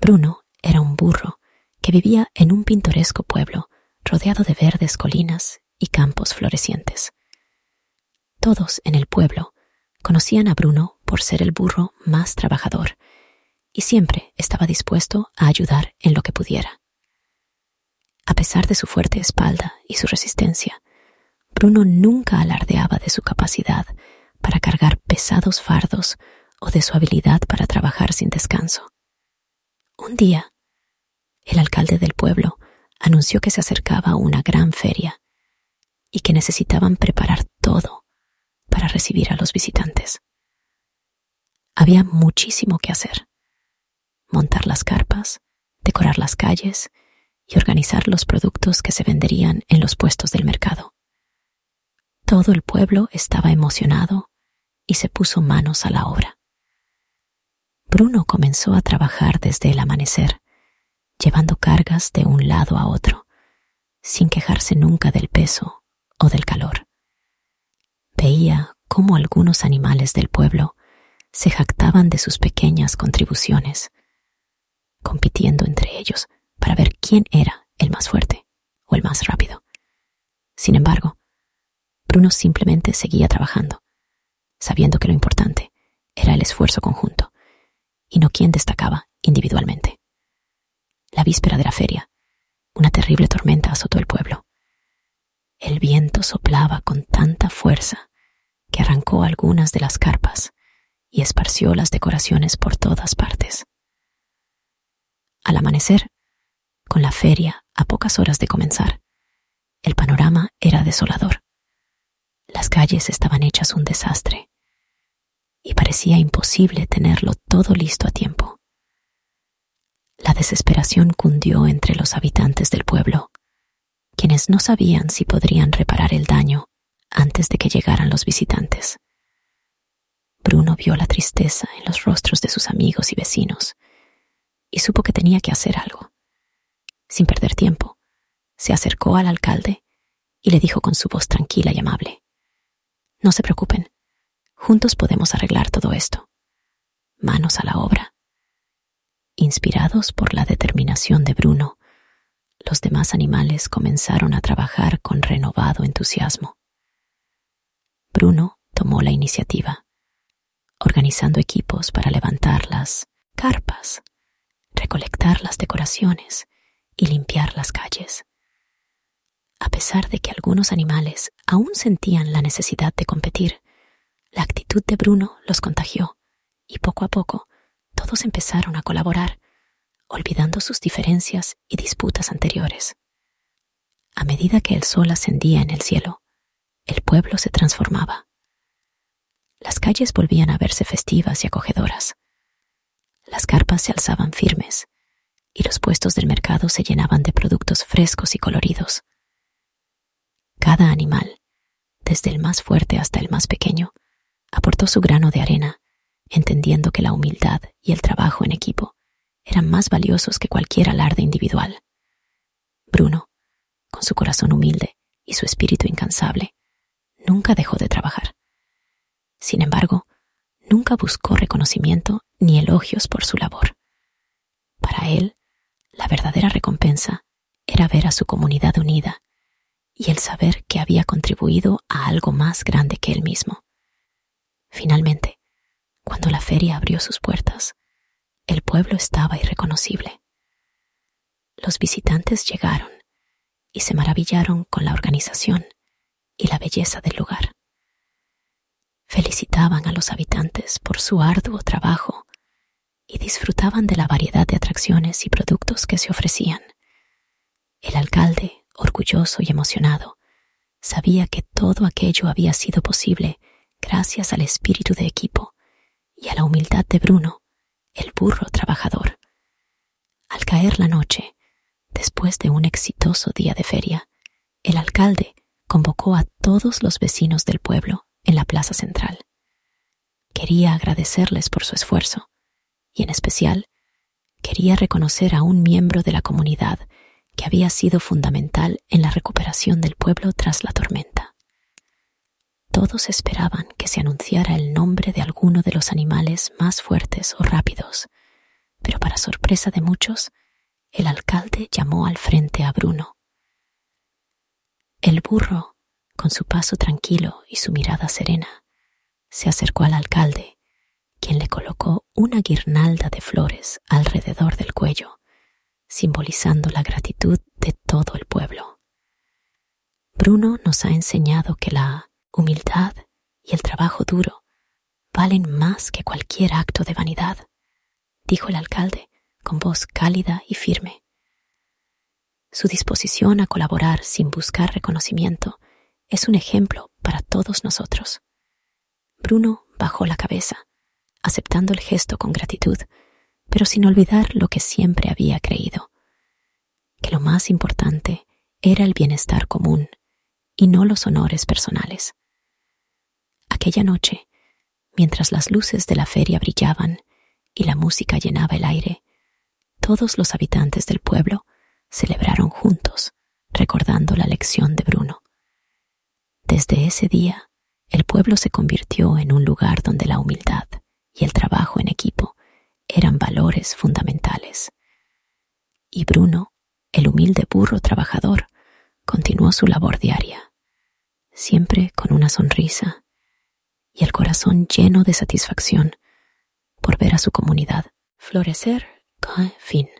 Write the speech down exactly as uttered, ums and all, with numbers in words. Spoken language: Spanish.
Bruno era un burro que vivía en un pintoresco pueblo rodeado de verdes colinas y campos florecientes. Todos en el pueblo conocían a Bruno por ser el burro más trabajador y siempre estaba dispuesto a ayudar en lo que pudiera. A pesar de su fuerte espalda y su resistencia, Bruno nunca alardeaba de su capacidad para cargar pesados fardos o de su habilidad para trabajar sin descanso. Un día, el alcalde del pueblo anunció que se acercaba una gran feria y que necesitaban preparar todo para recibir a los visitantes. Había muchísimo que hacer: montar las carpas, decorar las calles y organizar los productos que se venderían en los puestos del mercado. Todo el pueblo estaba emocionado y se puso manos a la obra. Bruno comenzó a trabajar desde el amanecer, llevando cargas de un lado a otro, sin quejarse nunca del peso o del calor. Veía cómo algunos animales del pueblo se jactaban de sus pequeñas contribuciones, compitiendo entre ellos para ver quién era el más fuerte o el más rápido. Sin embargo, Bruno simplemente seguía trabajando, sabiendo que lo importante era el esfuerzo conjunto y no quién destacaba individualmente. La víspera de la feria, una terrible tormenta azotó el pueblo. El viento soplaba con tanta fuerza que arrancó algunas de las carpas y esparció las decoraciones por todas partes. Al amanecer, con la feria a pocas horas de comenzar, el panorama era desolador. Las calles estaban hechas un desastre y parecía imposible tenerlo todo listo a tiempo. La desesperación cundió entre los habitantes del pueblo, quienes no sabían si podrían reparar el daño antes de que llegaran los visitantes. Bruno vio la tristeza en los rostros de sus amigos y vecinos y supo que tenía que hacer algo. Sin perder tiempo, se acercó al alcalde y le dijo con su voz tranquila y amable: «No se preocupen, juntos podemos arreglar todo esto. Manos a la obra». Inspirados por la determinación de Bruno, los demás animales comenzaron a trabajar con renovado entusiasmo. Bruno tomó la iniciativa, organizando equipos para levantar las carpas, recolectar las decoraciones y limpiar las calles. A pesar de que algunos animales aún sentían la necesidad de competir, la actitud de Bruno los contagió y poco a poco todos empezaron a colaborar, olvidando sus diferencias y disputas anteriores. A medida que el sol ascendía en el cielo, el pueblo se transformaba. Las calles volvían a verse festivas y acogedoras. Las carpas se alzaban firmes y los puestos del mercado se llenaban de productos frescos y coloridos. Cada animal, desde el más fuerte hasta el más pequeño, aportó su grano de arena, entendiendo que la humildad y el trabajo en equipo eran más valiosos que cualquier alarde individual. Bruno, con su corazón humilde y su espíritu incansable, nunca dejó de trabajar. Sin embargo, nunca buscó reconocimiento ni elogios por su labor. Para él, la verdadera recompensa era ver a su comunidad unida y el saber que había contribuido a algo más grande que él mismo. Finalmente, cuando la feria abrió sus puertas, el pueblo estaba irreconocible. Los visitantes llegaron y se maravillaron con la organización y la belleza del lugar. Felicitaban a los habitantes por su arduo trabajo y disfrutaban de la variedad de atracciones y productos que se ofrecían. El alcalde, orgulloso y emocionado, sabía que todo aquello había sido posible gracias al espíritu de equipo y a la humildad de Bruno, el burro trabajador. Al caer la noche, después de un exitoso día de feria, el alcalde convocó a todos los vecinos del pueblo en la plaza central. Quería agradecerles por su esfuerzo y, en especial, quería reconocer a un miembro de la comunidad que había sido fundamental en la recuperación del pueblo tras la tormenta. Todos esperaban que se anunciara el nombre de alguno de los animales más fuertes o rápidos, Pero para sorpresa de muchos, el alcalde llamó al frente a Bruno. El burro, con su paso tranquilo y su mirada serena, se acercó al alcalde, quien le colocó una guirnalda de flores alrededor del cuello, simbolizando la gratitud de todo el pueblo. Bruno nos ha enseñado que la humildad y el trabajo duro valen más que cualquier acto de vanidad, dijo el alcalde con voz cálida y firme. Su disposición a colaborar sin buscar reconocimiento es un ejemplo para todos nosotros. Bruno bajó la cabeza, aceptando el gesto con gratitud, pero sin olvidar lo que siempre había creído, que lo más importante era el bienestar común y no los honores personales. Aquella noche, mientras las luces de la feria brillaban y la música llenaba el aire, todos los habitantes del pueblo celebraron juntos, recordando la lección de Bruno. Desde ese día, el pueblo se convirtió en un lugar donde la humildad y el trabajo en equipo eran valores fundamentales. Y Bruno, el humilde burro trabajador, continuó su labor diaria, siempre con una sonrisa y el corazón lleno de satisfacción por ver a su comunidad florecer. Fin.